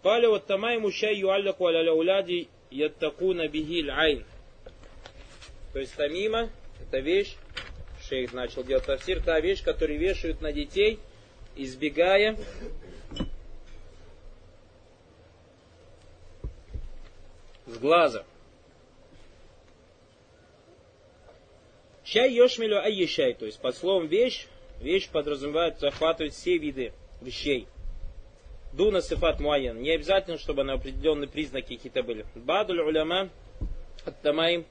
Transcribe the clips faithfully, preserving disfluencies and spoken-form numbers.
Каля вот тамайму шай юалляку аля ляуляди яттакуна бихи л'айн. То есть тамима, это вещь, шейх начал делать тафсир, та вещь, которую вешают на детей, избегая с глаза. Шай йошмилю айи шай, то есть под словом вещь, вещь подразумевает, захватывает все виды вещей. Дуна сифат муайян, не обязательно, чтобы на определенные признаки какие-то были. Бадуль уляма ат-тамаим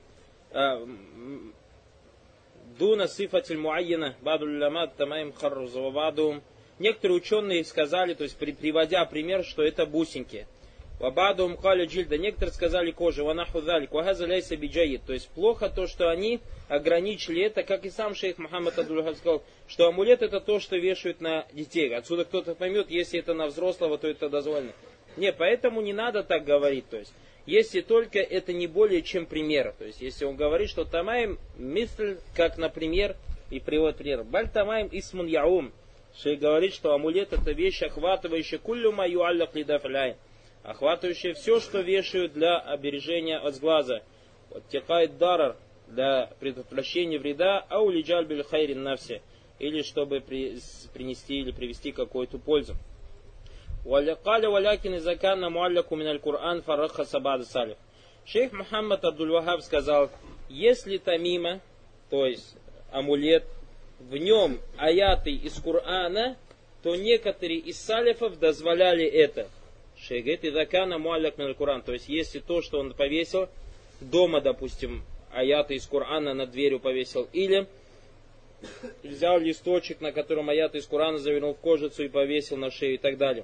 дуна сифатиль муайяна, бадуль уляма ат-тамаим харрузу бадум. Некоторые ученые сказали, то есть при, приводя пример, что это бусинки. Вабадум каля джильда, некоторые сказали кожа, ванаху залик, вагаза ляйса биджаид. То есть плохо то, что они ограничили это, как и сам шейх Мухаммад Абдул-Вахаб сказал, что амулет это то, что вешают на детей. Отсюда кто-то поймет, если это на взрослого, то это дозволено. Не, поэтому не надо так говорить. То есть, если только это не более чем пример. То есть, если он говорит, что тамаим мисль, как например, и приводит пример. Баль тамаим исмун яум. Шейх говорит, что амулет это вещь, охватывающая куллю маю аллах лидафляй. Охватывающая все, что вешают для обережения от сглаза. Вот текает дарар, для предотвращения вреда, а улиджаль биль хайрин навсе, или чтобы при, принести или привести какую-то пользу. Валякаля валякин изаканна муалляку миналь Кур'ан фарраха сабада салиф. Шейх Мухаммад Абдул-Вахаб сказал, если тамима, то есть амулет, в нем аяты из Кур'ана, то некоторые из салифов дозволяли это. Шейх говорит, изаканна муалляк миналь Кур'ан, то есть если то, что он повесил дома, допустим, аяты из Кур'ана над дверью повесил, или взял листочек, на котором аяты из Кур'ана завернул в кожицу и повесил на шею и так далее.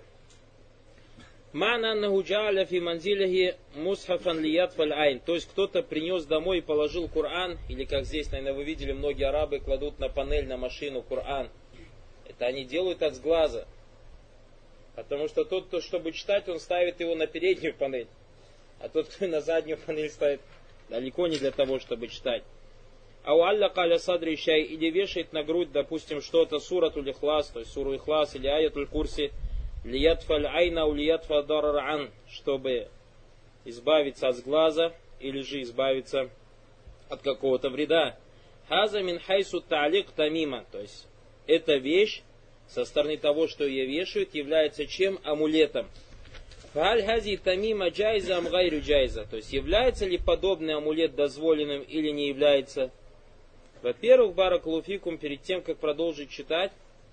Мана нахуджаля фи манзилихи мусхафан лият фаль айн. То есть кто-то принес домой и положил Кур'ан, или как здесь, наверное, вы видели, многие арабы кладут на панель, на машину Кур'ан. Это они делают от сглаза. Потому что тот, кто, чтобы читать, он ставит его на переднюю панель. А тот, кто на заднюю панель ставит, далеко не для того, чтобы читать. А у Алля каля садри шай, или вешает на грудь, допустим, что-то суратуль ихлас, то есть суру ихлас или аятуль курси, лиятфаль айна у лиятфа дараран, чтобы избавиться от сглаза, или же избавиться от какого-то вреда. Хаза мин хайсу та'алик тамима, то есть эта вещь, со стороны того, что ее вешают, является чем? Амулетом. Фаль хази тамима джайза амгайрю джайза. То есть является ли подобный амулет дозволенным или не является? Во-первых, баракалуфикум, перед тем, как продолжить читать,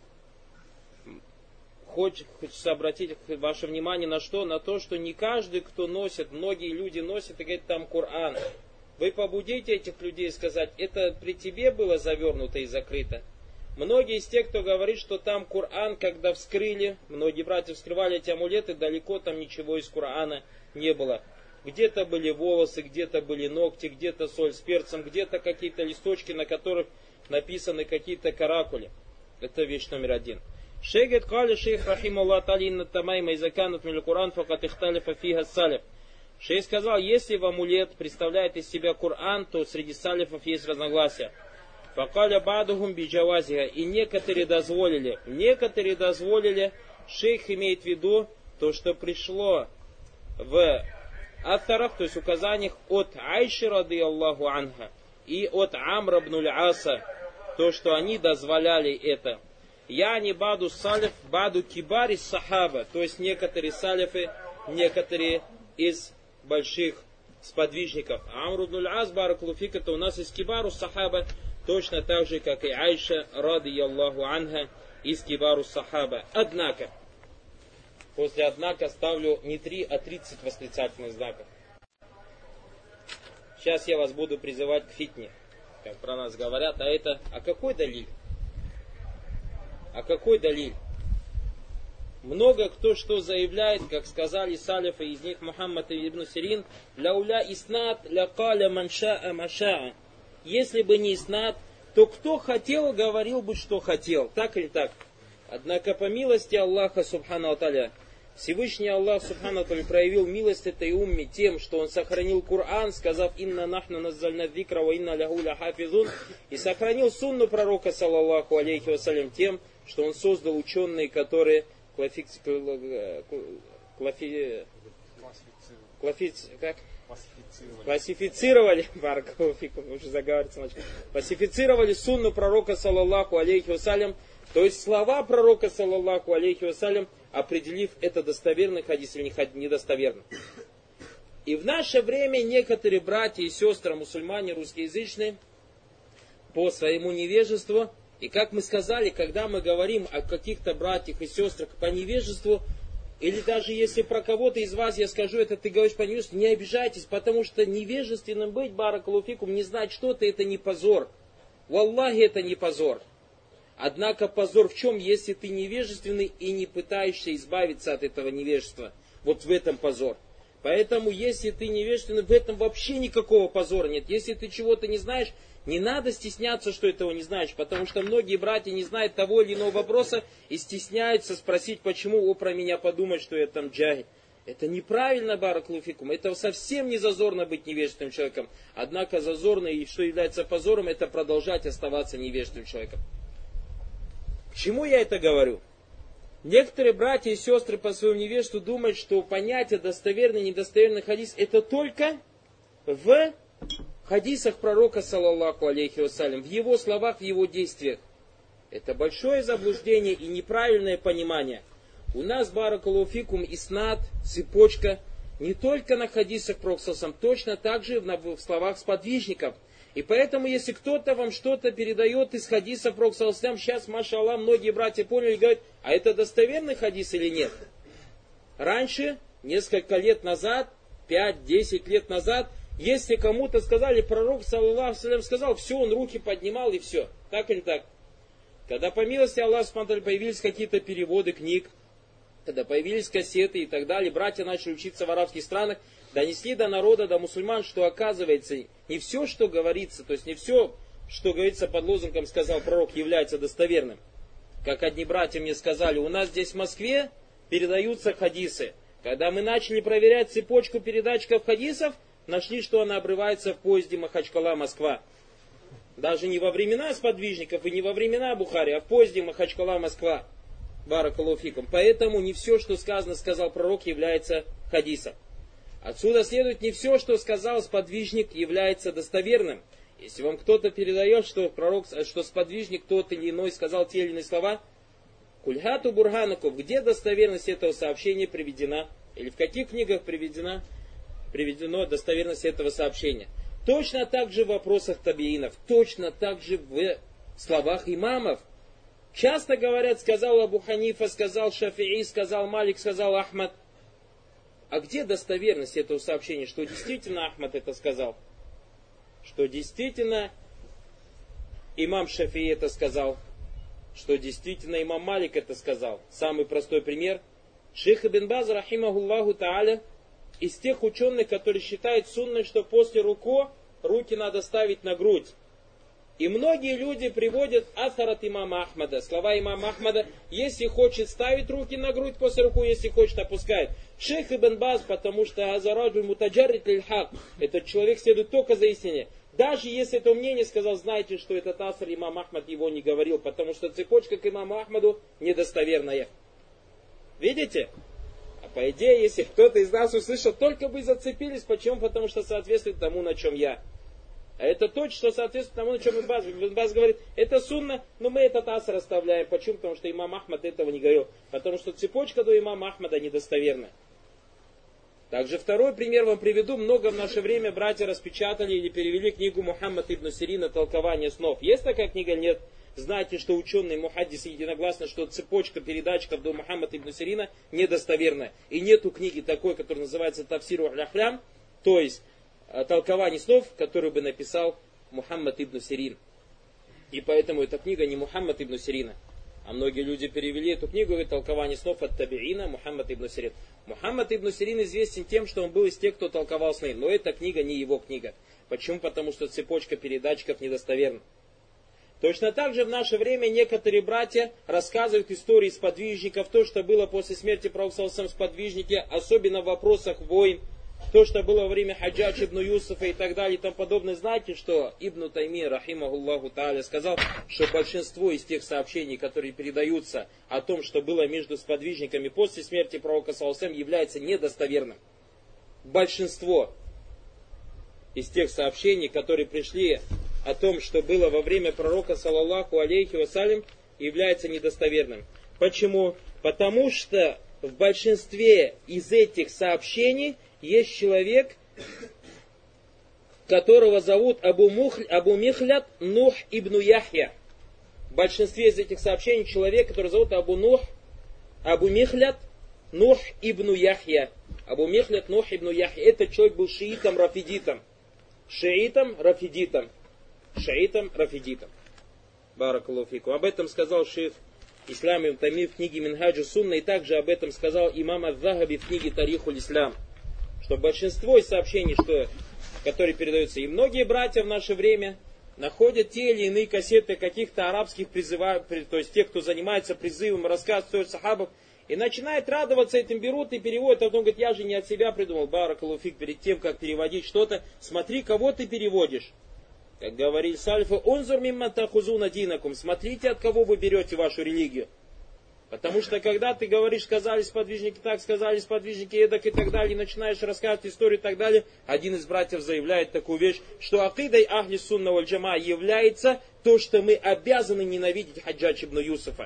хочется обратить ваше внимание на что? На то, что не каждый, кто носит, многие люди носят и говорят, там Кур'ан. Вы побудите этих людей сказать, это при тебе было завернуто и закрыто. Многие из тех, кто говорит, что там Кур'ан, когда вскрыли, многие братья вскрывали эти амулеты, далеко там ничего из Кур'ана не было. Где-то были волосы, где-то были ногти, где-то соль с перцем, где-то какие-то листочки, на которых написаны какие-то каракули. Это вещь номер один. Шейх говорит, кали шейх рахим Аллах тали инна тамайма изаканат миль Кур'ан факат ихталифа фиха салиф. Шейх сказал, если в амулет представляет из себя Кур'ан, то среди салифов есть разногласия. Факаля бадухум биджавазиха. И некоторые дозволили. Некоторые дозволили. Шейх имеет в виду то, что пришло в аттарах, то есть указаниях от Айши ради Аллаху анха и от Амра ибн Аса, то, что они дозволяли это. Я не баду салиф, баду кибари сахаба, то есть некоторые салифы, некоторые из больших сподвижников. Амр ибн Ас, баракалуфик, это у нас из кибару сахаба, точно так же, как и Айша, ради Аллаху анха, из кибару сахаба. Однако, после однако ставлю не три, а тридцать восклицательных знаков. Сейчас я вас буду призывать к фитне, как про нас говорят, а это, а какой далиль? А какой далиль? Много кто что заявляет, как сказали салифы, из них Мухаммад ибн Сирин, «Ляуля иснат ля каля манша'a маша'a». Если бы не иснат, то кто хотел, говорил бы, что хотел. Так или так? Однако по милости Аллаха, субхану аталя, Всевышний Аллах, субхану аталя, проявил милость этой умме тем, что Он сохранил Кур'ан, сказав «Инна нахну наззальна дзикра ва инна ляху ля хафизун», и сохранил сунну пророка, саллаллаху алейхи вассалям, тем, что Он создал ученые, которые клафи... клафи... как? Классифицировали, уже заговаривается, классифицировали сунну пророка, саллаллаху алейхи вассалям, то есть слова пророка, саллаллаху алейхи вассалям, определив это достоверный хадис или недостоверный. И в наше время некоторые братья и сестры, мусульмане, русскоязычные, по своему невежеству, и как мы сказали, когда мы говорим о каких-то братьях и сестрах по невежеству, или даже если про кого-то из вас я скажу это, ты говоришь по невежеству, не обижайтесь, потому что невежественным быть, баракаллаху фикум, не знать что-то, это не позор. Валлахи, это не позор. Однако позор в чем, если ты невежественный и не пытаешься избавиться от этого невежества. Вот в этом позор. Поэтому, если ты невежественный, в этом вообще никакого позора нет. Если ты чего-то не знаешь, не надо стесняться, что этого не знаешь, потому что многие братья не знают того или иного вопроса и стесняются спросить, почему о, про меня подумать, что я там джахиль. Это неправильно, баракаллаху фикум. Это совсем не зазорно быть невежественным человеком. Однако зазорно и что является позором, это продолжать оставаться невежественным человеком. К чему я это говорю? Некоторые братья и сестры по своему невежеству думают, что понятие достоверный и недостоверный хадис это только в хадисах пророка, саллаллаху алейхи вассалям, в его словах, в его действиях. Это большое заблуждение и неправильное понимание. У нас, баракаллаху фикум, иснад, цепочка, не только на хадисах пророка, точно так же в словах сподвижников. И поэтому, если кто-то вам что-то передает из хадиса пророка, сейчас, машаллах, многие братья поняли и говорят, а это достоверный хадис или нет? Раньше, несколько лет назад, пять-десять лет назад, если кому-то сказали, пророк, саллаллаху алейхи ва саллям, сказал, все, он руки поднимал и все. Так или так? Когда по милости Аллаха субхану ва тааля появились какие-то переводы книг, когда появились кассеты и так далее, братья начали учиться в арабских странах, донесли до народа, до мусульман, что оказывается не все, что говорится, то есть не все, что говорится под лозунгом «сказал пророк», является достоверным. Как одни братья мне сказали, у нас здесь в Москве передаются хадисы. Когда мы начали проверять цепочку передатчиков хадисов, нашли, что она обрывается в поезде Махачкала-Москва. Даже не во времена сподвижников и не во времена Бухари, а в поезде Махачкала-Москва. Баракаллаху фикум. Поэтому не все, что сказано, сказал пророк, является хадисом. Отсюда следует, не все, что сказал сподвижник, является достоверным. Если вам кто-то передает, что пророк, что сподвижник тот или иной сказал те или иные слова, кульхату бурханаков, где достоверность этого сообщения приведена, или в каких книгах приведена, приведено достоверность этого сообщения. Точно так же в вопросах табиинов, точно так же в словах имамов. Часто говорят, сказал Абу Ханифа, сказал Шафи'i, сказал Малик, сказал Ахмад. А где достоверность этого сообщения, что действительно Ахмад это сказал? Что действительно имам Шафи'i это сказал? Что действительно имам Малик это сказал? Самый простой пример. Шейх Ибн Баз, рахимахуллаху тааля, из тех ученых, которые считают сунной, что после руку руки надо ставить на грудь. И многие люди приводят асар от имама Ахмада, слова имама Ахмада, если хочет ставить руки на грудь после руку, если хочет опускает. Шейх Ибн Баз, потому что азараджуль мутаджаррит лиль хак, этот человек следует только за истине. Даже если это мнение сказал, знаете, что этот асар имам Ахмад его не говорил, потому что цепочка к имаму Ахмаду недостоверная. Видите? А по идее, если кто-то из нас услышал, только бы зацепились. Почему? Потому что соответствует тому, на чем я. А это то, что соответствует тому, на чем Ибн Баз. Ибн Баз говорит, это сунна, но мы этот аср оставляем. Почему? Потому что имам Ахмад этого не говорил. Потому что цепочка до имама Ахмада недостоверна. Также второй пример вам приведу. Много в наше время братья распечатали или перевели книгу Мухаммад ибн Сирина «Толкование снов». Есть такая книга? Нет. Знаете, что ученые мухаддисы единогласно, что цепочка передатчиков до Мухаммада ибн Сирина недостоверная. И нету книги такой, которая называется «Тафсиру аль-Ахлям», то есть толкование снов, которую бы написал Мухаммад ибн Сирин. И поэтому эта книга не Мухаммад ибн Сирина. А многие люди перевели эту книгу, говорит, толкование снов от табиина Мухаммад ибн Сирин. Мухаммад ибн Сирин известен тем, что он был из тех, кто толковал сны. Но эта книга не его книга. Почему? Потому что цепочка передатчиков недостоверна. Точно так же в наше время некоторые братья рассказывают истории сподвижников, то, что было после смерти пророка саллаллаху алейхи ва саллям сподвижники, особенно в вопросах войн. то, что было во время Хаджадж ибн Юсуфа и так далее и тому подобное, знаете, что Ибн Таймия, рахимахуллаху тааля, сказал, что большинство из тех сообщений, которые передаются о том, что было между сподвижниками после смерти пророка саллаллаху алейхи ва саллям, является недостоверным. Большинство из тех сообщений, которые пришли о том, что было во время пророка саллаллаху алейхи ва саллям, является недостоверным. Почему? Потому что в большинстве из этих сообщений есть человек, которого зовут Абу, Мухль, Абу Михлят Нух ибн Яхья. В большинстве из этих сообщений человек, который зовут Абу Нух, Абу Михлят Нух ибн Яхья. Абу Михлят Нух ибн Яхья. Этот человек был шиитом-рафидитом. Шиитом-рафидитом. Шиитом-рафидитом. Баракаллаху фику. Об этом сказал шейх Ислам ибн Тайми в книге Минхаджу Сунна, и также об этом сказал имам ад-Захаби в книге Тарихуль Ислам. Что большинство из сообщений, что, которые передаются, и многие братья в наше время находят те или иные кассеты каких-то арабских призывов, то есть тех, кто занимается призывом, рассказывают сахабов, и начинают радоваться этим, берут и переводят, а потом говорят, я же не от себя придумал, баракаллаху фик, перед тем, как переводить что-то, смотри, кого ты переводишь. Как говорили сальфы, унзур мимма тахузуна динакум, смотрите, от кого вы берете вашу религию. Потому что когда ты говоришь, сказали сподвижники так, сказали сподвижники эдак и так далее, и начинаешь рассказывать историю и так далее, один из братьев заявляет такую вещь, что акидой ахли сунна валь джама является то, что мы обязаны ненавидеть Хаджадж ибн Юсуфа.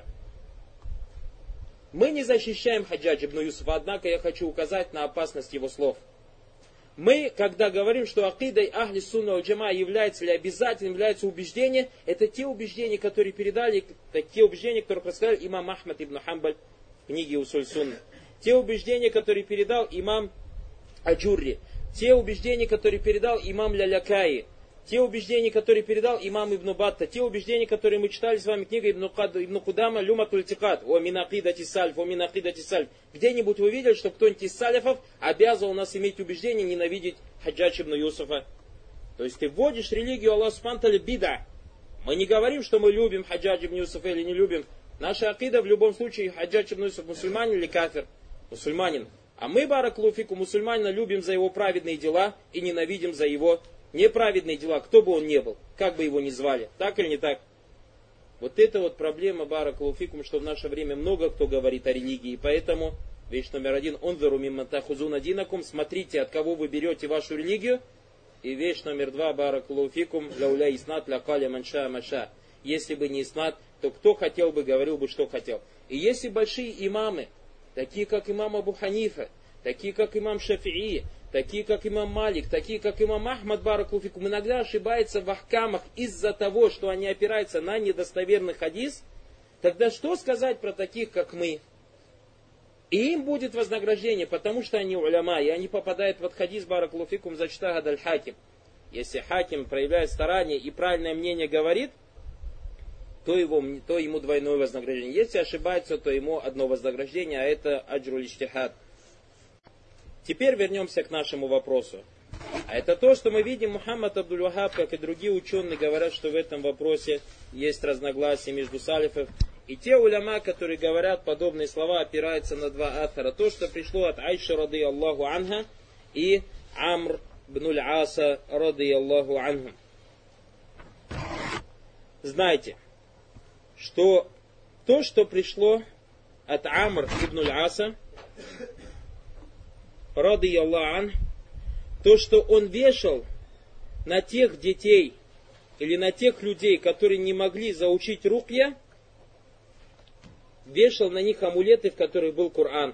Мы не защищаем Хаджадж ибн Юсуфа, однако я хочу указать на опасность его слов. Мы, когда говорим, что акидой ахли сунна валь джама является ли обязательным, является убеждение, это те убеждения, которые передали, те убеждения, которые рассказали имам Ахмад ибн Хамбаль в книге Усуль Сунна. Те убеждения, которые передал имам Аджурри. Те убеждения, которые передал имам Лялякаи. Те убеждения, которые передал имам Ибн Батта. Те убеждения, которые мы читали с вами, книга Ибн, Ибн Кудама Люматуль Тикат. О минакидати сальф, о минакидати сальф. Где-нибудь вы видели, что кто-нибудь из салифов обязывал нас иметь убеждение ненавидеть Хаджадж ибн Юсуфа? То есть ты вводишь религию Аллаха субхану ва тааля бида. Мы не говорим, что мы любим Хаджадж ибн Юсуфа или не любим. Наша акида в любом случае Хаджадж ибн Юсуф мусульманин или кафир? Мусульманин. А мы, баракаллаху фику, мусульманина любим за его праведные дела и ненавидим за его неправедные дела, кто бы он ни был, как бы его ни звали, так или не так. Вот это вот проблема, баракаллаху фикум, что в наше время много кто говорит о религии, и поэтому вещь номер один, унзуру мимма тахузуна динакум, смотрите, от кого вы берете вашу религию, и вещь номер два, баракаллаху фикум, лауля иснат лакаля манша маша, если бы не иснат, то кто хотел бы, говорил бы, что хотел. И если большие имамы, такие как имам Абу Ханифа, такие как имам Шафии, такие как имам Малик, такие как имам Ахмад, баракаллаху фикум, иногда ошибаются в ахкамах из-за того, что они опираются на недостоверный хадис, тогда что сказать про таких, как мы? И им будет вознаграждение, потому что они уляма, и они попадают в этот хадис, баракаллаху фикум, зачтагад аль-хаким. Если хаким проявляет старание и правильное мнение говорит, то, его, то ему двойное вознаграждение. Если ошибается, то ему одно вознаграждение, а это аджруль иджтихад. Теперь вернемся к нашему вопросу. А это то, что мы видим, Мухаммад Абдуль-Вахаб, как и другие ученые, говорят, что в этом вопросе есть разногласия между салифов. И те уляма, которые говорят подобные слова, опираются на два автора. То, что пришло от Айши, рады Аллаху анха, и Амр бн Аса, рады Аллаху анху. Знайте, что то, что пришло от Амр ибн Аса, рады Аллаху ан, то, что он вешал на тех детей или на тех людей, которые не могли заучить рукья, вешал на них амулеты, в которых был Коран.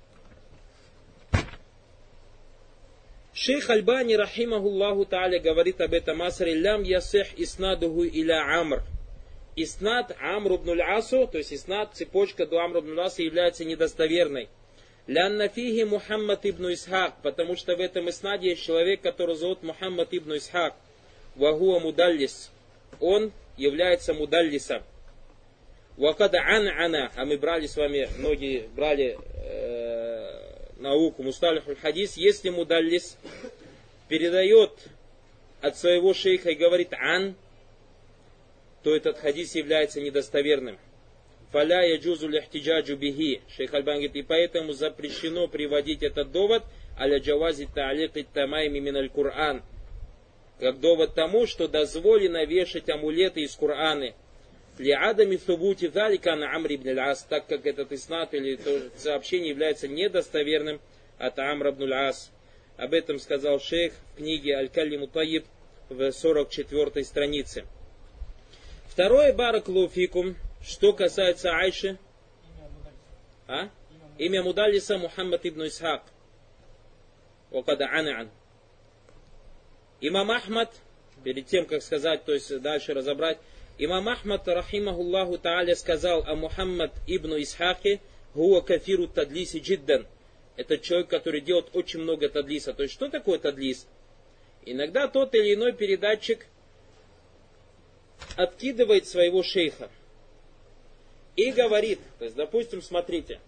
Шейх Альбани, рахимахуллаху тааля, говорит об этом асаре, лям ясих иснадуху иля Амр. Иснад Амру ибн Асу, то есть иснад, цепочка до Амру ибн Аса является недостоверной. Лянна фиги Мухаммад ибн Исхак, потому что в этом иснаде есть человек, который зовут Мухаммад ибн Исхак. Вагуа мудаллис. Он является мудаллисом. Вакада ан-ана, а мы брали с вами, многие брали э, науку мусталихуль хадис, если мудаллис передает от своего шейха и говорит ан, то этот хадис является недостоверным. фаля яджузу лихтиджаджу бихи. Шейх Альбани говорит, и поэтому запрещено приводить этот довод аля джавази та'алик тамайми миналь Кур'ан. Как довод тому, что дозволено вешать амулеты из Кур'ана. Ли адами субути залика на Амр ибн аль-Ас, так как этот иснат или то сообщение является недостоверным от Амр ибн аль-Ас. Об этом сказал шейх в книге Аль-Калиму Таиб в сорок четвёртой странице. Второе, баракаллаху фикум, что касается Айши. А? Имя Мудаллиса Мухаммад ибн Исхак. Окада Анаан. Имам Ахмад, перед тем, как сказать, то есть дальше разобрать, имам Ахмад, рахимахуллаху та'аля, сказал о Мухаммад ибн Исхаке, хуа кафиру тадлиси джиддан. Это человек, который делает очень много тадлиса. То есть, что такое тадлис? Иногда тот или иной передатчик откидывает своего шейха и говорит, то есть, допустим, смотрите,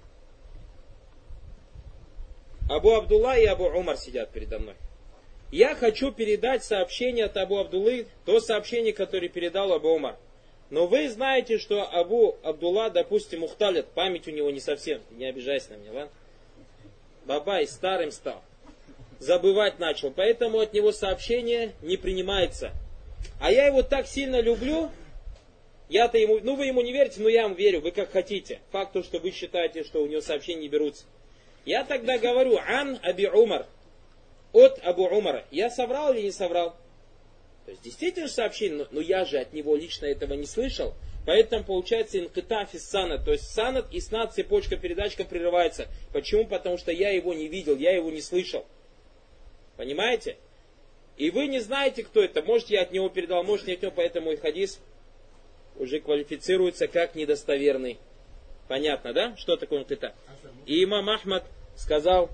Абу Абдулла и Абу Умар сидят передо мной. Я хочу передать сообщение от Абу Абдуллы, то сообщение, которое передал Абу Умар. Но вы знаете, что Абу Абдулла, допустим, ухталит, память у него не совсем, не обижайся на меня, ладно? Бабай старым стал, забывать начал, поэтому от него сообщение не принимается. А я его так сильно люблю, я-то ему, ну вы ему не верите, но я вам верю, вы как хотите. Факт то, что вы считаете, что у него сообщения не берутся. Я тогда говорю, ан Аби Умар, от Абу Умара. Я соврал или не соврал? То есть действительно сообщение, но, но я же от него лично этого не слышал. Поэтому получается инкитаф из санад. То есть санад и снад, цепочка, передачка прерывается. Почему? Потому что я его не видел, я его не слышал. Понимаете? И вы не знаете, кто это. Может, я от него передал, может, не от него. Поэтому и хадис уже квалифицируется как недостоверный. Понятно, да? Что такое инкитаф? И имам Ахмад сказал,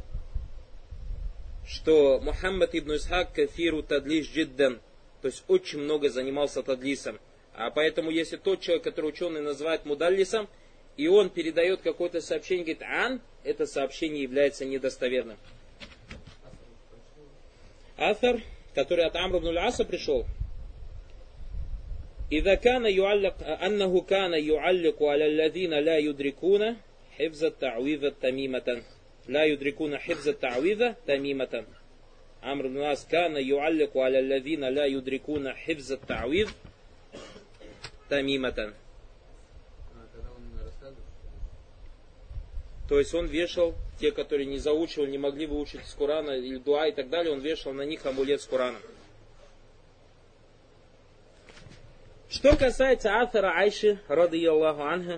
что Мухаммад ибн Исхак кафиру тадлиш джиддан. То есть очень много занимался тадлисом. А поэтому, если тот человек, который ученый называет мудаллисом, и он передает какое-то сообщение, говорит ан, это сообщение является недостоверным. Афар, который от Амр ибн аль-Аса пришел. إذا كان يعلق أنه كان يعلق على الذين لا يدركون حفظ التعويذ تميمة لا يدركون حفظ التعويذ تميمة Амр ибн аль-Ас كان يعلق على الذين لا يدركون حفظ التعويذ тамиматан. То есть он вешал, те, которые не заучивали, не могли выучить из Корана или дуа и так далее, он вешал на них амулет с Кораном. Что касается Атара Айши, радийаллаху анха,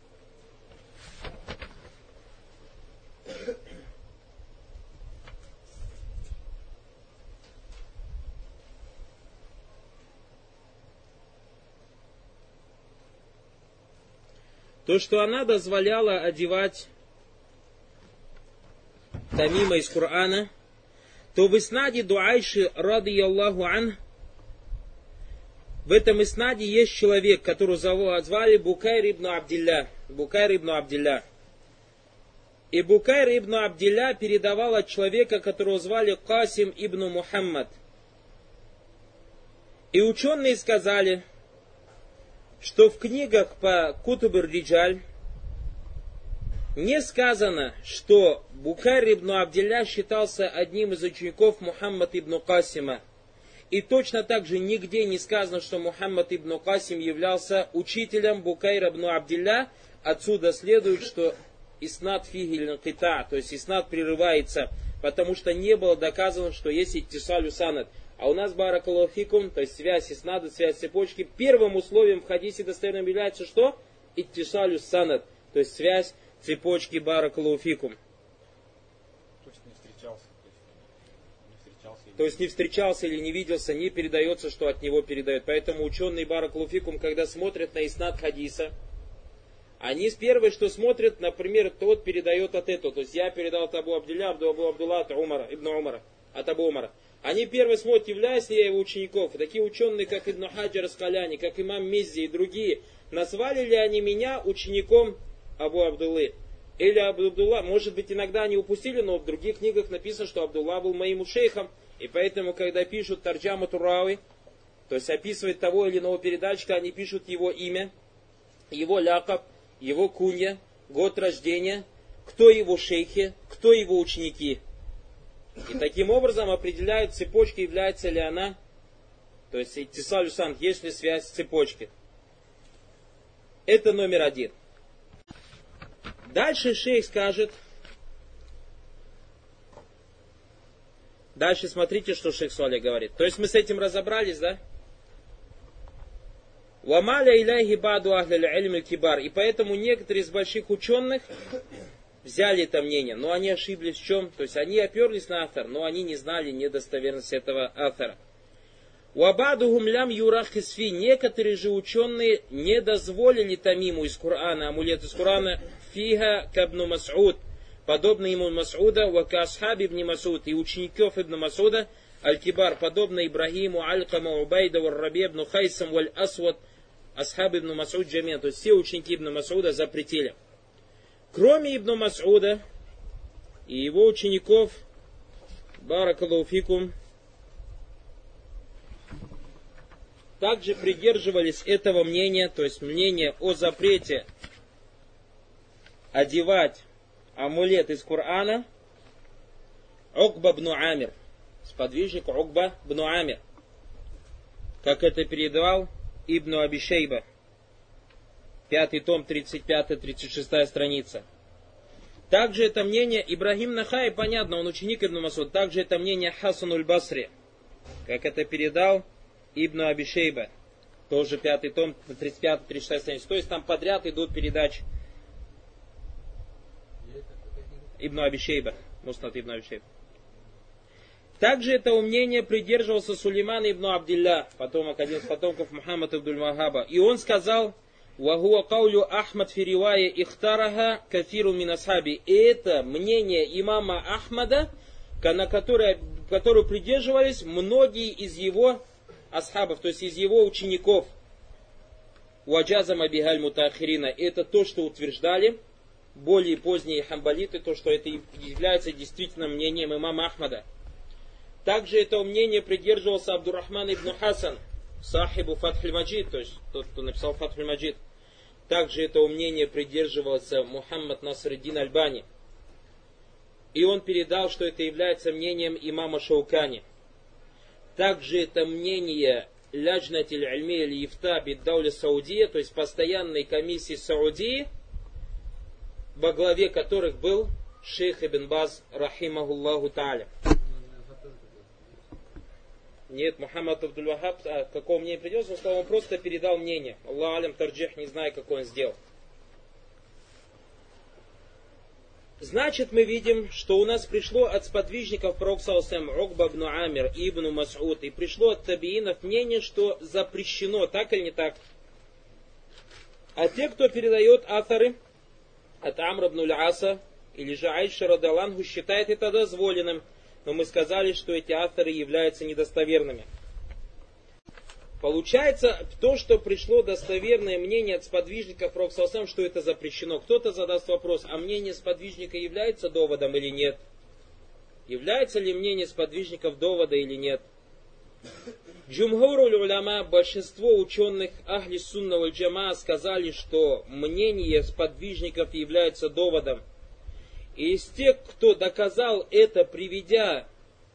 то, что она дозволяла одевать тамима из Корана, то в иснаде дуайши радийаллаху ан, в этом иснаде есть человек, которого звали Букайр ибн Абдилля. Букайр ибн Абдилля. И Букайр ибн Абдилля передавал от человека, которого звали Касим ибн Мухаммад. И ученые сказали, что в книгах по Кутуб ар-Риджаль не сказано, что Букайр ибн Абдилля считался одним из учеников Мухаммад ибн Касима. И точно так же нигде не сказано, что Мухаммад ибн Касим являлся учителем Букайра ибн Абдилля. Отсюда следует, что иснад фигиль кита, то есть иснад прерывается, потому что не было доказано, что есть иттисалю санад. А у нас баракаллаху фикум, то есть связь иснада, связь цепочки, первым условием в хадисе достоверным является что? Иттисалю санад, то есть связь цепочки баракаллаху фикум. То есть не встречался, не встречался. То есть не встречался или не виделся, не передается, что от него передают. Поэтому ученые баракаллаху фикум, когда смотрят на иснад хадиса, они с первой, что смотрят, например, тот передает от этого. То есть я передал от Абу Абдилля, Абду Абу Абдулла, от Умара, Ибн Умара, от Абу Умара. Они первые смотрят, являюсь ли я его учеников. И такие ученые, как Ибн Хаджар Аскаляни, как имам Миззи и другие, назвали ли они меня учеником Абу Абдуллы? Или Абу Абдулла, может быть, иногда они упустили, но в других книгах написано, что Абдулла был моим шейхом. И поэтому, когда пишут Тарджама Турави, то есть описывает того или иного передатчика, они пишут его имя, его лякаб, его кунья, год рождения, кто его шейхи, кто его ученики. И таким образом определяют цепочки, является ли она, то есть иттисалю санад, есть ли связь цепочки. Это номер один. Дальше шейх скажет, дальше смотрите, что шейх Салих говорит. То есть мы с этим разобрались, да? Вамаля иляхи баду ахля илм кибар. И поэтому некоторые из больших ученых взяли это мнение, но они ошиблись в чем? То есть они оперлись на автор, но они не знали недостоверность этого автора. Уабадухум лям юрах исфи. Некоторые же ученые не дозволили тамиму из Корана, амулет из Корана, фига кабну Мас'уд, подобно ему Мас'уда, вака асхаби ибн Мас'уд, и учеников ибн Мас'уда, аль-кибар, подобно Ибрагиму, аль-Кама, Убайда, вар-Раби ибн Хайсам, валь-Асвад, асхаб ибн Мас'уд джамия. То есть все ученики ибн Мас'уда запретили. Кроме ибн Мас'уда и его учеников, баракаллаху фикум, также придерживались этого мнения, то есть мнения о запрете одевать амулет из Корана, Укба бн Амир, сподвижник Укба бн Амир, как это передавал Ибн Аби Шейба, пятый том, тридцать пятая тридцать шестая страница. Также это мнение Ибрагим Нахай, понятно, он ученик Ибн Мас'уд, также это мнение Хасан аль-Басри, как это передал Ибн Аби Шейба, тоже пятый том, тридцать пятая тридцать шестая страница. То есть там подряд идут передачи. Ибн Аби Шейба, Муснад Ибн Аби Шейба. Также это мнение придерживался Сулейман ибн Абдилля, потомок, один из потомков Мухаммада ибн Вахаба. И он сказал: «Вахуа каулю Ахмад фи ривае ихтараха кафиру мин асхаби». И это мнение имама Ахмада, на которое, которое придерживались многие из его асхабов, то есть из его учеников. «Ваджазама бихаль мутахирина». Это то, что утверждали более поздние хамбалиты, то, что это является действительно мнением имама Ахмада. Также это мнение придерживался Абдуррахман ибн Хасан, сахибу Фатхуль Маджид, то есть тот, кто написал Фатхуль Маджид. Также это мнение придерживался Мухаммад Наср-ад-Дин Альбани. И он передал, что это является мнением имама Шаукани. Также это мнение Ляджнатиль Ильми аль-Ифта бid-Дауля Саудия, то есть постоянной комиссии Саудии, во главе которых был шейх Ибн Баз, рахимахуллаху та'аля. Нет, Мухаммад Абдуль Вахаб, а какого мнения придется, он сказал, он просто передал мнение. Аллах алям тарджих, не знаю, какой он сделал. Значит, мы видим, что у нас пришло от сподвижников пророка саллаллаху Укба бн Амир и Ибн Мас'уд, и пришло от табиинов мнение, что запрещено, так или не так. А те, кто передает авторы от Амр ибн Аль-Аса или же Айша радхиаллаху анху, считает это дозволенным. Но мы сказали, что эти авторы являются недостоверными. Получается, то, что пришло достоверное мнение от сподвижников пророка саллаллаху алейхи ва саллям, что это запрещено. Кто-то задаст вопрос, а мнение сподвижника является доводом или нет? Является ли мнение сподвижников довода или нет? Джумхуруль уляма, большинство ученых ахли сунна валь джамаа сказали, что мнение сподвижников является доводом. И из тех, кто доказал это, приведя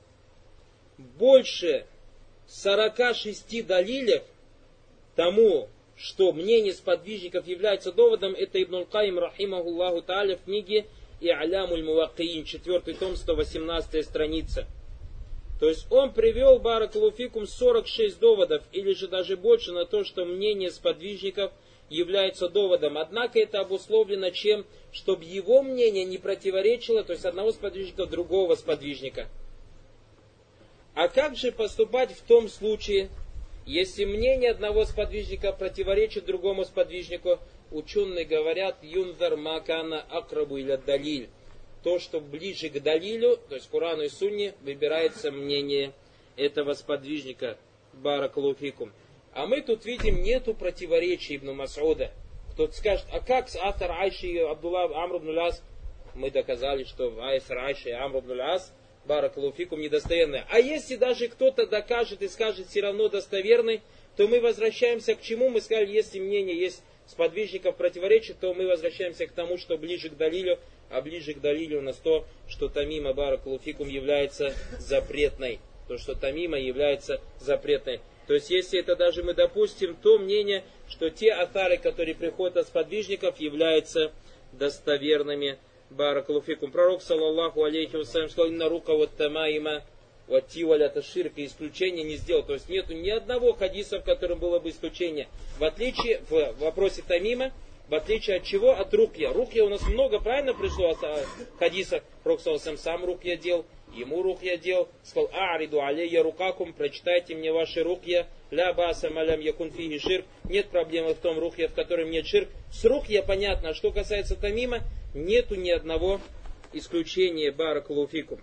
больше сорока шести далилев тому, что мнение сподвижников является доводом, это Ибн Аль-Каим, рахимахуллаху та'аля, в книге И'алямуль Муваккиин, четвертый том, сто восемнадцатая страница. То есть он привел, баракаллаху фикум, сорок шесть доводов, или же даже больше, на то, что мнение сподвижников является доводом. Однако это обусловлено чем? Чтобы его мнение не противоречило, то есть одного сподвижника другого сподвижника. А как же поступать в том случае, если мнение одного сподвижника противоречит другому сподвижнику? Ученые говорят: юнзар макана акрабу иля далиль. То, что ближе к далилю, то есть Корану и Сунне, выбирается мнение этого сподвижника. Баракаллаху фикум. А мы тут видим, нету противоречий Ибн Мас'уда. Кто-то скажет, а как автор Айши и Абдулла Амр ибн Аль-Ас? Мы доказали, что автор Айши и Амр ибн Аль-Ас, баракаллаху фикум, недостоверные. А если даже кто-то докажет и скажет все равно достоверный, то мы возвращаемся к чему? Мы сказали, если мнение есть сподвижников противоречит, то мы возвращаемся к тому, что ближе к далилю, а ближе к далилю у нас то, что тамима баракаллаху фикум является запретной. То, что тамима является запретной. То есть, если это даже мы допустим, то мнение, что те атары, которые приходят от сподвижников, являются достоверными. Баракаллаху фикум. Пророк, саллаллаху алейхи вассалям, сказал: «Инна рука вот тамаима вот тиваля таширка», исключения не сделал. То есть, нету ни одного хадиса, в котором было бы исключение. В отличие, в вопросе тамима, в отличие от чего? От рукья. Рукья у нас много, правильно пришло от хадиса. Пророк, саллаллаху алейхи вассалям, сам рукья делал. Ему рукья делал, сказал: «А'риду алейя рукакум», прочитайте мне ваши рукья, ля баса малям якун фиги ширк, нет проблемы в том рукья, в котором нет ширк. С рукья понятно, а что касается тамима, нету ни одного исключения. Баракаллаху фикум.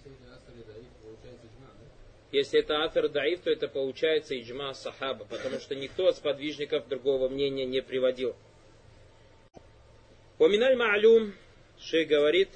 Если это автор даиф, то это получается иджма сахаба, потому что никто от сподвижников другого мнения не приводил. Поминаль ма'люм, шейх говорит: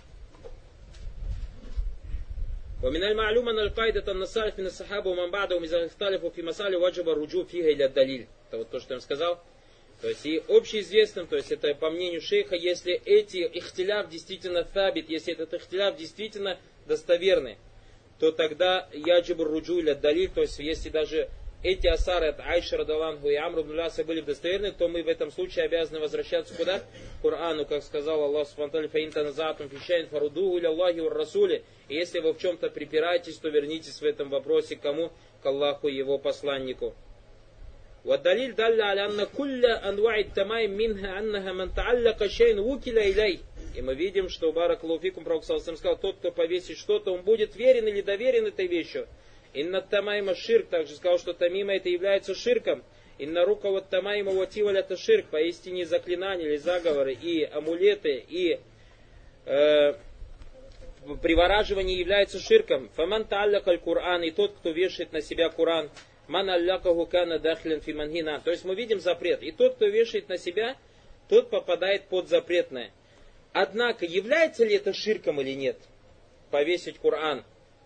ومن المعلوم أن القاعدة أن السالف من الصحابة ومن بعدهم إذا اختلفوا في مسائل وجب الرجوع فيها إلى الدليل. Это вот то, что я вам сказал. То есть и общеизвестным, то есть это по мнению шейха, если эти ихтиляф действительно фабит, если этот ихтиляф действительно достоверный, то тогда яджибур руджу иля далиль, то есть если даже эти асары от Айши радаллаху и Амру ибн Ляса были достоверны, то мы в этом случае обязаны возвращаться куда? К Корану, как сказал Аллах субхану ва тааля: «Фаин таназа'тум фи шай'ин фарудуху иля Аллахи ва расули». И если вы в чем-то припираетесь, то вернитесь в этом вопросе к кому? К Аллаху и его посланнику. وَالدَّلِيلُ دَلَّ عَلَى أَنَّ كُلَّ أَنْوَاعِ التَّمَائِمِ مِنْهَا أَنَّهَا مَنْ تَعَلَّقَ شَيْءٍ وُكِلَ إِلَيْهِ. И мы видим, что баракаллаху фикум, пророк саллаллаху алейхи ва саллям сказал: тот, кто повесит что-то, он будет верен или доверен этой вещью. Инна тамайма ширк, также сказал, что тамима это является ширком. Инна рука вот тамайма вативаль это ширк, поистине заклинания или заговоры и амулеты и э, привораживание является ширком. Фаман та'аллакаль Кур'ан, и тот, кто вешает на себя Кур'ан, ман аллакаху кана дахлин фи мангина. То есть мы видим запрет. И тот, кто вешает на себя, тот попадает под запретное. Однако, является ли это ширком или нет? Повесить Кур'ан.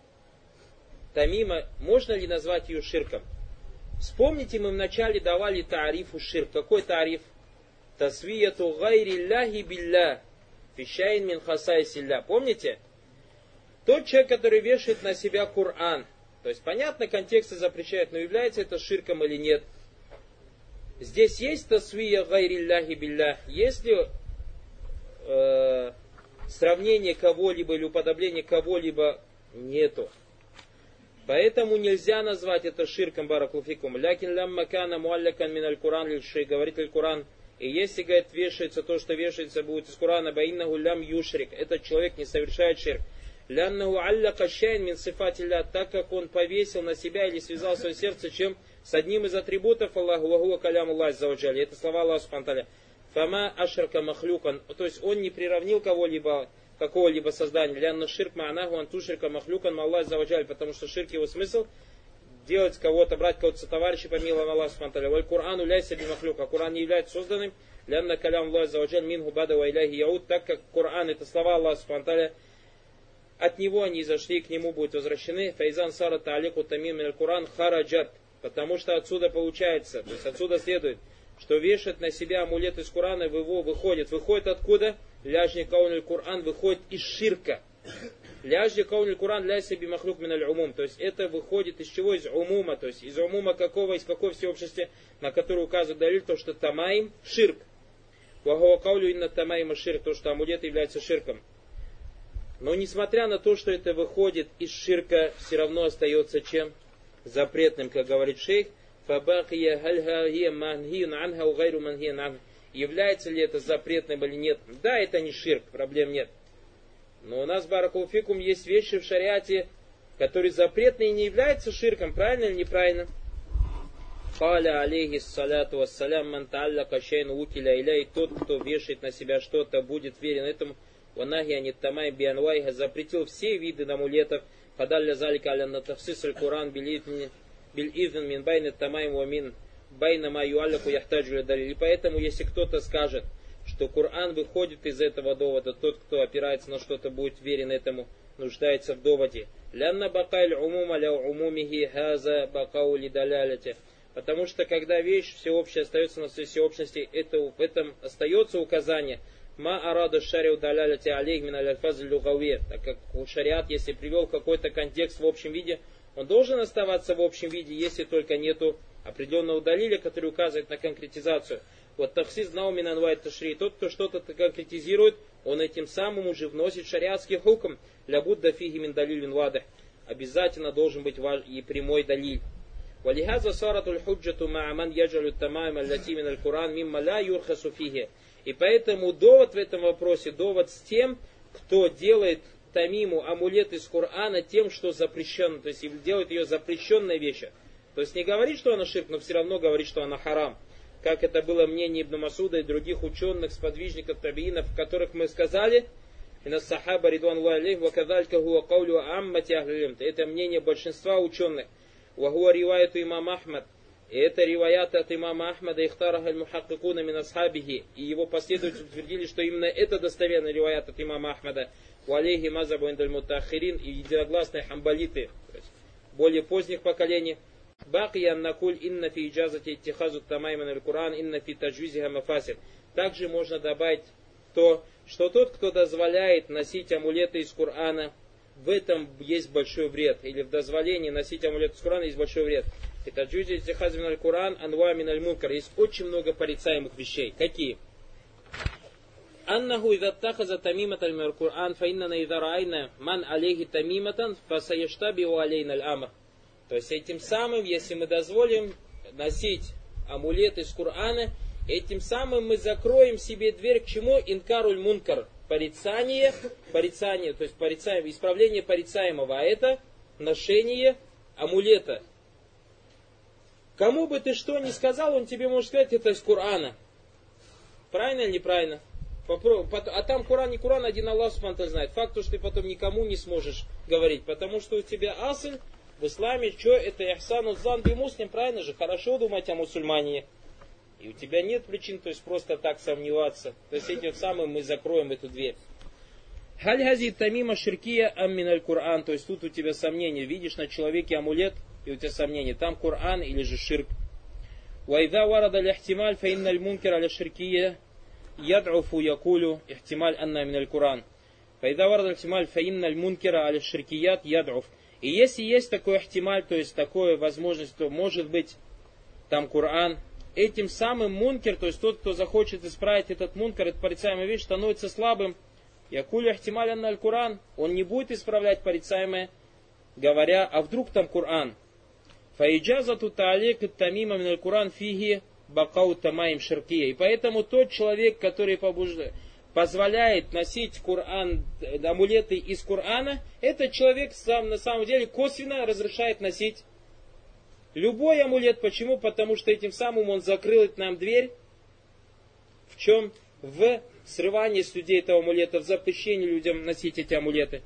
Тамима, можно ли назвать ее ширком? Вспомните, мы вначале давали тарифу ширк. Какой тариф? Тасвияту гайри ляхи билля фишайн мин хасайсилля. Помните? Тот человек, который вешает на себя Кур'ан. То есть, понятно, контексты запрещают, но является это ширком или нет. Здесь есть тасвия гайри ляхи билля. Если э, сравнение кого-либо или уподобление кого-либо нету. Поэтому нельзя назвать это ширком, баракаллаху фикум. Лякин лямма кана муаллякан мин аль-Куран лиль-шей, говорит аль-Куран. И если, говорит, вешается то, что вешается будет из Курана, баиннаху лям юшрик, этот человек не совершает ширк. Ляннаху алляка шайн мин сифатилля, так как он повесил на себя или связал свое сердце чем с одним из атрибутов Аллаху, вахуа калям Аллах аззаваджаль. Это слова Аллаха субхану ва тааля. Фама ашрака махлюкан, то есть он не приравнил кого-либо, какого-либо создания. Лянна ширк ма'наху антушрика махлюкан Аллах аззаваджаль, потому что ширк его смысл делать кого-то, брать кого-то со товарища, помилован Аллах субхану ва тааля. Валь Курану ляйся би махлюка, Куран не является созданным. Лянна калям Аллах аззаваджаль минху бада ва иляхи яуд, так как Куран это слова Аллаха субхану ва тааля, от него они зашли, к нему будут возвращены. Файзан сара та'алику тамим мин аль-Куран хараджат. Потому что отсюда получается, то есть отсюда следует, что вешать на себя амулет из Курана, в его выходит. Выходит откуда? Ляжни кауниль Куран выходит из ширка. Ляжни кауниль Куран ляйся би махлюк мин аль-умум. То есть это выходит из чего? Из умума. То есть из умума какого? Из какого всеобщества, на который указывает далиль, то что тамаим ширк. Вахуа каулю инна тамаима ширк. То, что амулет является ширком. Но несмотря на то, что это выходит из ширка, все равно остается чем? Запретным, как говорит шейх. Является ли это запретным или нет? Да, это не ширк, проблем нет. Но у нас, баракаллаху фикум, есть вещи в шариате, которые запретны и не являются ширком. Правильно или неправильно? Каля алейхи саляту вассалям ман та'аллака шай'ан укиля иляй. Тот, кто вешает на себя что-то, будет верен этому. Ванахи анит тамай бианвайха, запретил все виды амулетов. Фадалля залика аля натахсис аль-Куран биль-изн мин байна тамайм ва мин байна ма юалляку яхтаджу далиль. И поэтому, если кто-то скажет, что Кур'ан выходит из этого довода, тот, кто опирается на что-то, будет верен этому, нуждается в доводе. Лянна бакайль умума ля умумихи хаза бакау ли даляляте. Потому что когда вещь всеобщая остается на своей всеобщности, это, в этом остается указание. Ма арада шариу даляляти алейх мин аль-альфаз аль-лугавия. Так как у шариат, если привел какой-то контекст в общем виде, он должен оставаться в общем виде, если только нету определенного далиля, который указывает на конкретизацию. Вот тахсис наумин анвайт ташри. Тот, кто что-то конкретизирует, он этим самым уже вносит шариатский хукм. Ля будда фиги мин далилин вадах. Обязательно должен быть и прямой далиль. Валихаза саратуль худжату ма'аман яджалю тамайм аллати мин аль-Куран мимма ла юрхасу фиги. И поэтому довод в этом вопросе, довод с тем, кто делает тамиму, амулет из Корана тем, что запрещено, то есть делает ее запрещенной вещью. То есть не говорит, что она ширк, но все равно говорит, что она харам. Как это было мнение Ибн Масуда и других ученых, сподвижников, табиинов, в которых мы сказали, это мнение большинства ученых. Вахуа риваяту имам Ахмад. И это риваят от имама Ахмада, ихтарах аль-мухаккикуна мин асхабихи. И его последователи утвердили, что именно это достоверный риваят от имама Ахмада. Валейхи мазабу индаль мутахирин. И единогласные хамбалиты, более поздних поколений. Бакия накуль инна фи иджазати иттихазу тамайман аль-Куран, инна фи таджвизиха мафасид. Также можно добавить то, что тот, кто дозволяет носить амулеты из Корана, в этом есть большой вред. Или в дозволении носить амулеты из Корана есть большой вред. И таджвизи иттихазу мин аль-Куран, анва мин аль-мункар. Есть очень много порицаемых вещей. Какие? Аннаху идha аттахаза тамиматан мин аль-Куран, фа иннана идha раайна ман алейхи тамиматан, фа саяштабиу алейна аль-амр. То есть этим самым, если мы дозволим носить амулет из Корана, этим самым мы закроем себе дверь к чему? Инкаруль мункар. Порицание, порицание, то есть порицаем, исправление порицаемого, а это ношение амулета. Кому бы ты что ни сказал, он тебе может сказать, это из Корана. Правильно или неправильно? А там Коран, не Коран, один Аллах субхану знает. Факт, что ты потом никому не сможешь говорить, потому что у тебя асль в исламе, что это ихсану зан би муслим, правильно же? Хорошо думать о мусульмане. И у тебя нет причин, то есть просто так сомневаться. То есть этим самым мы закроем эту дверь. Халь хази тамима ширкия аммин аль-Кур'ан. То есть тут у тебя сомнение. Видишь на человеке амулет, и у тебя сомнение. Там Коран или же ширк. Вайда варада лихтималь фа инна аль-мункер аля ширкия яд'уфу якулю ихтималь анна мин аль-Кур'ан. Вайда варада лихтималь фа инна аль-мункера аля ширкият яд'уф. И если есть такой ихтималь, то есть такая возможность, то может быть там Коран. Этим самым мункер, то есть тот, кто захочет исправить этот мункер, эта порицаемая вещь, становится слабым. Якулю ихтималь анна аль-Кур'ан. Он не будет исправлять порицаемое, говоря, а вдруг там Коран. Фаиджазату таалик тамима мин аль-Кур'ан фиги бакау тамаим ширкия. И поэтому тот человек, который побуждает, позволяет носить Коран, амулеты из Корана, этот человек сам, на самом деле косвенно разрешает носить любой амулет. Почему? Потому что этим самым он закрыл нам дверь. В чем? В срывании с людей этого амулета, в запрещении людям носить эти амулеты.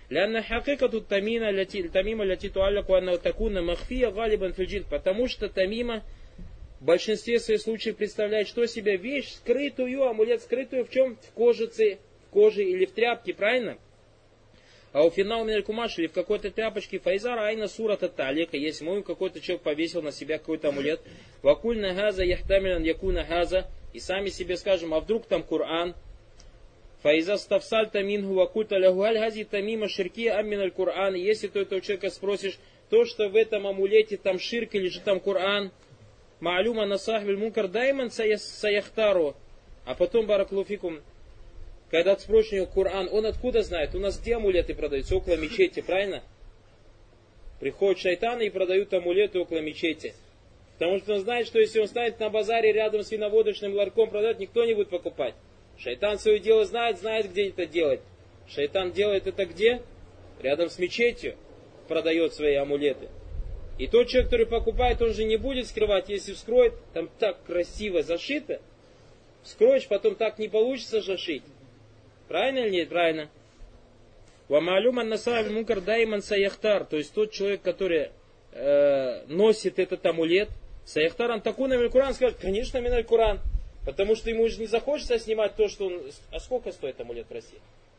Потому что тамима в большинстве своих случаев представляет что себе? Вещь скрытую, амулет скрытую в чем? В кожице, в коже или в тряпке, правильно? А у финал миналь кумаш или в какой-то тряпочке файзара айна сурата талика, если мы какой-то человек повесил на себя какой-то амулет, вакульна газа яхтамилан якуна газа, и сами себе скажем, а вдруг там Коран, файза ставсальта мингу вакульта лягуаль гази тамима ширки амминаль Коран, если ты этого человека спросишь, то, что в этом амулете там ширк или же там Коран, маалюма насахвиль мункар дайман саяхтару, а потом бараклуфикум, когда ты спросишь у него Коран, он откуда знает? У нас где амулеты продаются? Около мечети, правильно? Приходят шайтаны и продают амулеты около мечети. Потому что он знает, что если он станет на базаре рядом с виноводочным ларьком продать, никто не будет покупать. Шайтан свое дело знает, знает, где это делать. Шайтан делает это где? Рядом с мечетью продает свои амулеты. И тот человек, который покупает, он же не будет скрывать. Если вскроет, там так красиво зашито. Вскроешь, потом так не получится зашить. Правильно или нет? Правильно. Вамалюман насавиль мункар дайман саяхтар. То есть тот человек, который э, носит этот амулет, саяхтар антакуна мин аль-Куран, скажет, конечно, мин аль-Куран. Потому что ему же не захочется снимать то, что он... А сколько стоит амулет в России?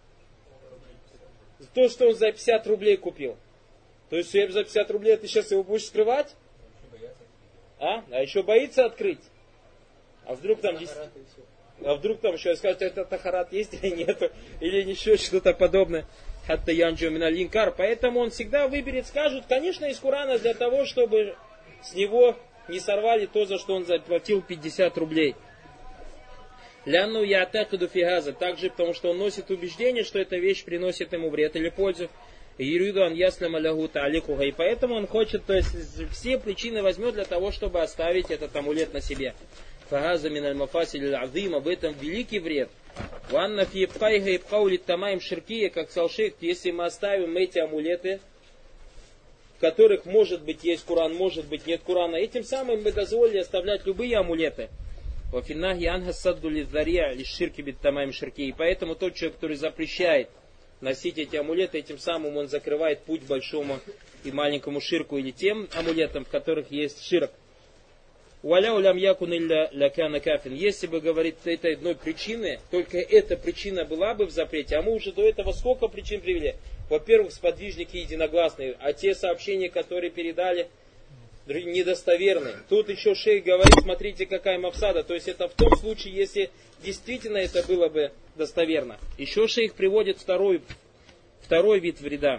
То, что он за пятьдесят рублей купил. То есть, если за пятьдесят рублей ты сейчас его будешь скрывать? А? А еще боится открыть. А вдруг там здесь... А вдруг там еще скажут, это тахарат есть или нет, или еще что-то подобное. Хатта янджу миналинкар. Поэтому он всегда выберет, скажут, конечно, из Корана для того, чтобы с него не сорвали то, за что он заплатил пятьдесят рублей. Лянну ятакиду фигаза. Также потому, что он носит убеждение, что эта вещь приносит ему вред или пользу. Юриду ан яслама лягу та'аликуха. И поэтому он хочет, то есть все причины возьмет для того, чтобы оставить этот амулет на себе. Фагаза миналь мафасиль азима. В этом великий вред. Ванна фи ибкайха ибкаули тамаим ширкия, как сказал шейх, если мы оставим эти амулеты, в которых может быть есть Куран, может быть нет Курана, этим самым мы дозволили оставлять любые амулеты. И поэтому тот человек, который запрещает носить эти амулеты, этим самым он закрывает путь большому и маленькому ширку, или тем амулетам, в которых есть ширк. Если бы, говорит, этой одной причины, только эта причина была бы в запрете, а мы уже до этого сколько причин привели? Во-первых, сподвижники единогласные, а те сообщения, которые передали, недостоверны. Тут еще шейх говорит, смотрите, какая мафсада. То есть это в том случае, если действительно это было бы достоверно. Еще шейх приводит второй, второй вид вреда.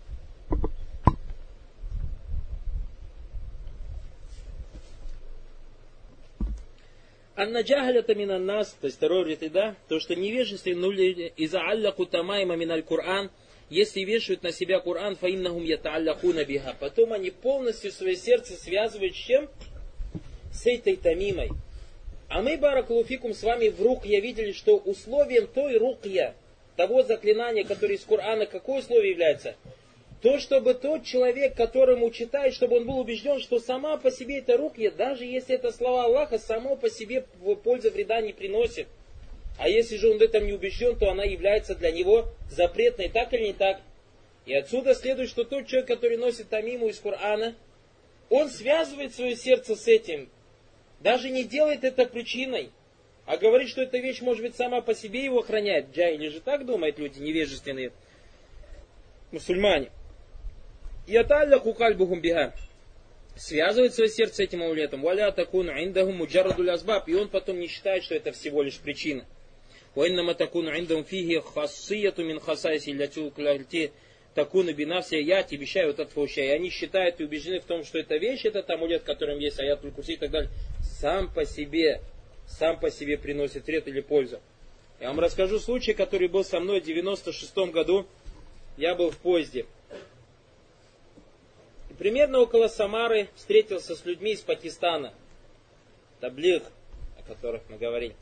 Аннаджахалята минан нас, то есть второй вред вреда, то, что невежество, нули из-за аллаху тамайма миналь Кур'ан, если вешают на себя Кур'ан, фаиннахум ятааллахуна биха. Потом они полностью свое сердце связывают с чем? С этой тамимой. А мы, баракалуфикум, с вами в рукья видели, что условием той рукья, того заклинания, которое из Кур'ана, какое условие является? То, чтобы тот человек, которому читает, чтобы он был убежден, что сама по себе эта рукья, даже если это слова Аллаха, само по себе пользы вреда не приносит. А если же он в этом не убежден, то она является для него запретной, так или не так? И отсюда следует, что тот человек, который носит тамиму из Корана, он связывает свое сердце с этим. Даже не делает это причиной, а говорит, что эта вещь, может быть, сама по себе его охраняет. Джайли же так думают люди невежественные мусульмане. Яталлаху кальбухум биха. Связывает свое сердце этим амулетом. Валя такуну индахум муджаррадуль азбаб. И он потом не считает, что это всего лишь причина. Ваиннама такуну индахум фиги хассияту мин хасайси лятю клальти такуну бинався яти обещаю вот отфауща. И они считают и убеждены в том, что эта вещь, этот амулет, в котором есть аятуль курси и так далее, сам по себе, сам по себе приносит вред или пользу. Я вам расскажу случай, который был со мной в девяносто шестом году. Я был в поезде. И примерно около Самары встретился с людьми из Пакистана. Таблиг, о которых мы говорили.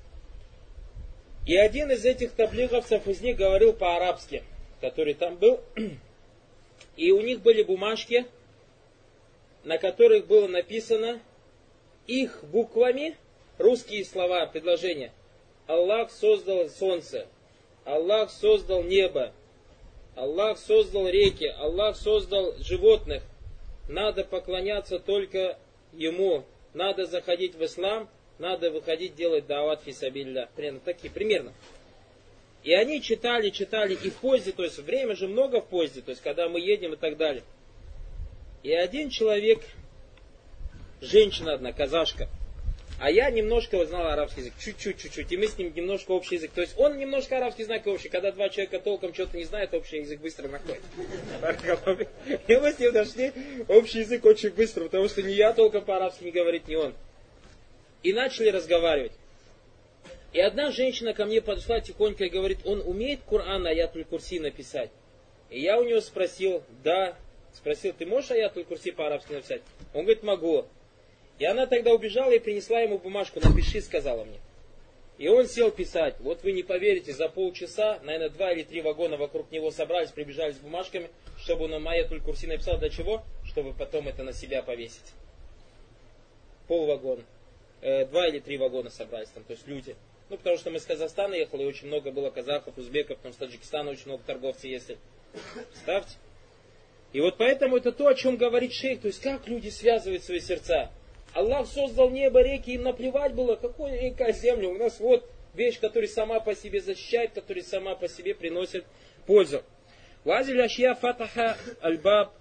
И один из этих таблиговцев из них говорил по-арабски, который там был. И у них были бумажки, на которых было написано их буквами русские слова, предложения. Аллах создал солнце, Аллах создал небо, Аллах создал реки, Аллах создал животных. Надо поклоняться только Ему. Надо заходить в ислам, надо выходить делать дават фисабилля. Примерно такие, примерно. И они читали, читали и в поезде, то есть время же много в поезде, то есть когда мы едем и так далее. И один человек, женщина одна, казашка, а я немножко знал арабский язык, чуть-чуть, чуть-чуть, и мы с ним немножко общий язык. То есть он немножко арабский знает общий, когда два человека толком что-то не знают, общий язык быстро находит. И мы с ним нашли общий язык очень быстро, потому что ни я толком по-арабски не говорит, ни он. И начали разговаривать. И одна женщина ко мне подошла тихонько и говорит, он умеет Кур'ан аятуль курси написать? И я у него спросил, да, спросил, ты можешь аятуль курси по-арабски написать? Он говорит, могу. И она тогда убежала и принесла ему бумажку, напиши, сказала мне. И он сел писать. Вот вы не поверите, за полчаса, наверное, два или три вагона вокруг него собрались, прибежали с бумажками, чтобы он аятуль курси написал. Для чего? Чтобы потом это на себя повесить. Пол вагона. Э, два или три вагона собрались там, то есть люди. Ну, потому что мы с Казахстана ехали, и очень много было казахов, узбеков, потом с Таджикистана очень много торговцев ездили. Представьте. И вот поэтому это то, о чем говорит шейх. То есть, как люди связывают свои сердца. Аллах создал небо, реки, им наплевать было, какой река, земля. У нас вот вещь, которая сама по себе защищает, которая сама по себе приносит пользу. Вазиль ашья фатаха аль-баб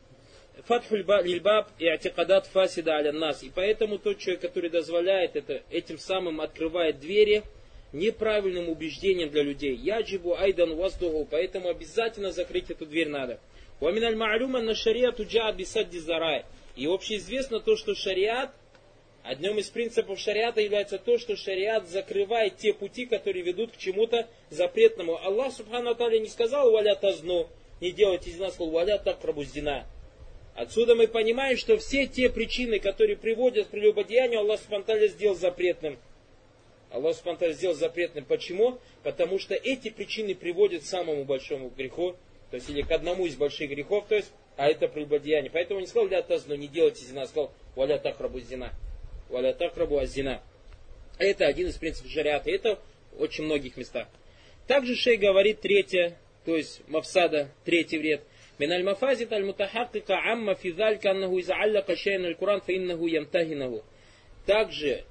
Фатхуль лильбаб и атикадат фасида аля нас. И поэтому тот человек, который дозволяет это, этим самым открывает двери неправильным убеждением для людей. Яджибу айдан воздуху. Поэтому обязательно закрыть эту дверь надо. Уаминаль ма'люма на шариату джаат бисадди зарай. И общеизвестно то, что шариат, одним из принципов шариата является то, что шариат закрывает те пути, которые ведут к чему-то запретному. Аллах субхану тааля не сказал валя тазну, не делайте зина, сказал валя такрабу зина. Отсюда мы понимаем, что все те причины, которые приводят к прелюбодеянию, Аллах субхану тааля сделал запретным. Аллах субхану тааля сделал запретным. Почему? Потому что эти причины приводят к самому большому греху, то есть или к одному из больших грехов, то есть, а это прелюбодеяние. Поэтому он не сказал ля тазну, не делайте зина, сказал валя такрабу зина. Валя такрабу аззина. Это один из принципов шариата. Это в очень многих местах. Также шейх говорит третье, то есть мафсада, третий вред. من المفازة المتحققة عما في ذلك أنه إذا علق شيئا القرآن فإنه يمتهنه. Также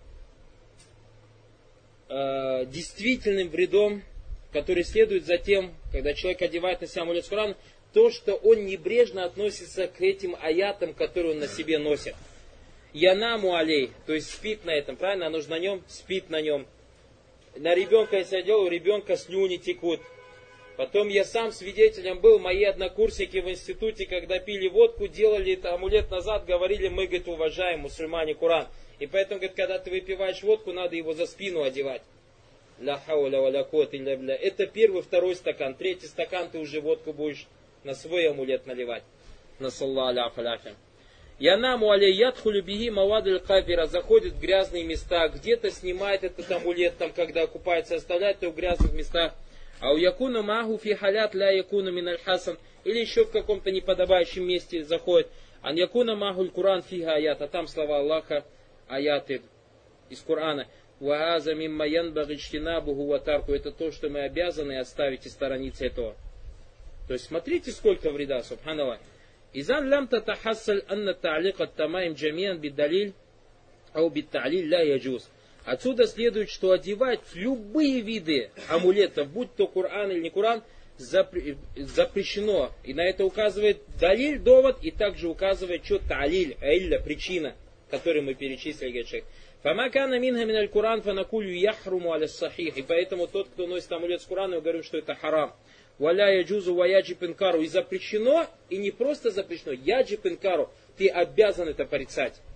э, действительным вредом, который следует за тем, когда человек одевает на себя амулет с Кораном, то, что он небрежно относится к этим аятам, которые он на себе носит. Янаму алей, то есть спит на этом, правильно? Оно же на нем, спит на нем. На ребенка, если я делаю, у ребенка слюни текут. Потом я сам свидетелем был, мои однокурсники в институте, когда пили водку, делали это амулет назад, говорили, мы, говорит, уважаем мусульмане Коран. И поэтому, говорит, когда ты выпиваешь водку, надо его за спину одевать. Ля хауля ва ля куввата илля билля. Это первый, второй стакан. Третий стакан ты уже водку будешь на свой амулет наливать. Насаллаху аля фаляхим. Янаму алей ядхулю биги мавадль кафира. Заходит в грязные места, где-то снимает этот амулет, там, когда купается, оставляет его в грязных местах. А у якуна магу фи халят ля якуна миналь хасан. Или еще в каком-то неподобающем месте заходит. Ан якуна магуль Куран фига аят. А там слова Аллаха, аяты из Корана. Вааза мимма янбаги ичтинабуху ва тарку. Это то, что мы обязаны оставить и сторониться этого. То есть смотрите, сколько вреда, субханаллах. Изан лям татахассаль анна та'лик ат-тамаим джамиан биддалиль ау бидта'лиль ля яджуз. Отсюда следует, что одевать любые виды амулетов, будь то Коран или не Коран, запрещено. И на это указывает далиль, довод, и также указывает, что та'лиль, илля, причина, которую мы перечислили, говорит шейх. Фамакана минха миналь Коран фанакулю яхруму аля сахих. И поэтому тот, кто носит амулет с Кораном, мы говорим, что это харам. Валя яджузу ва яджиб инкару. И запрещено, и не просто запрещено, яджиб инкару. Ты обязан это порицать.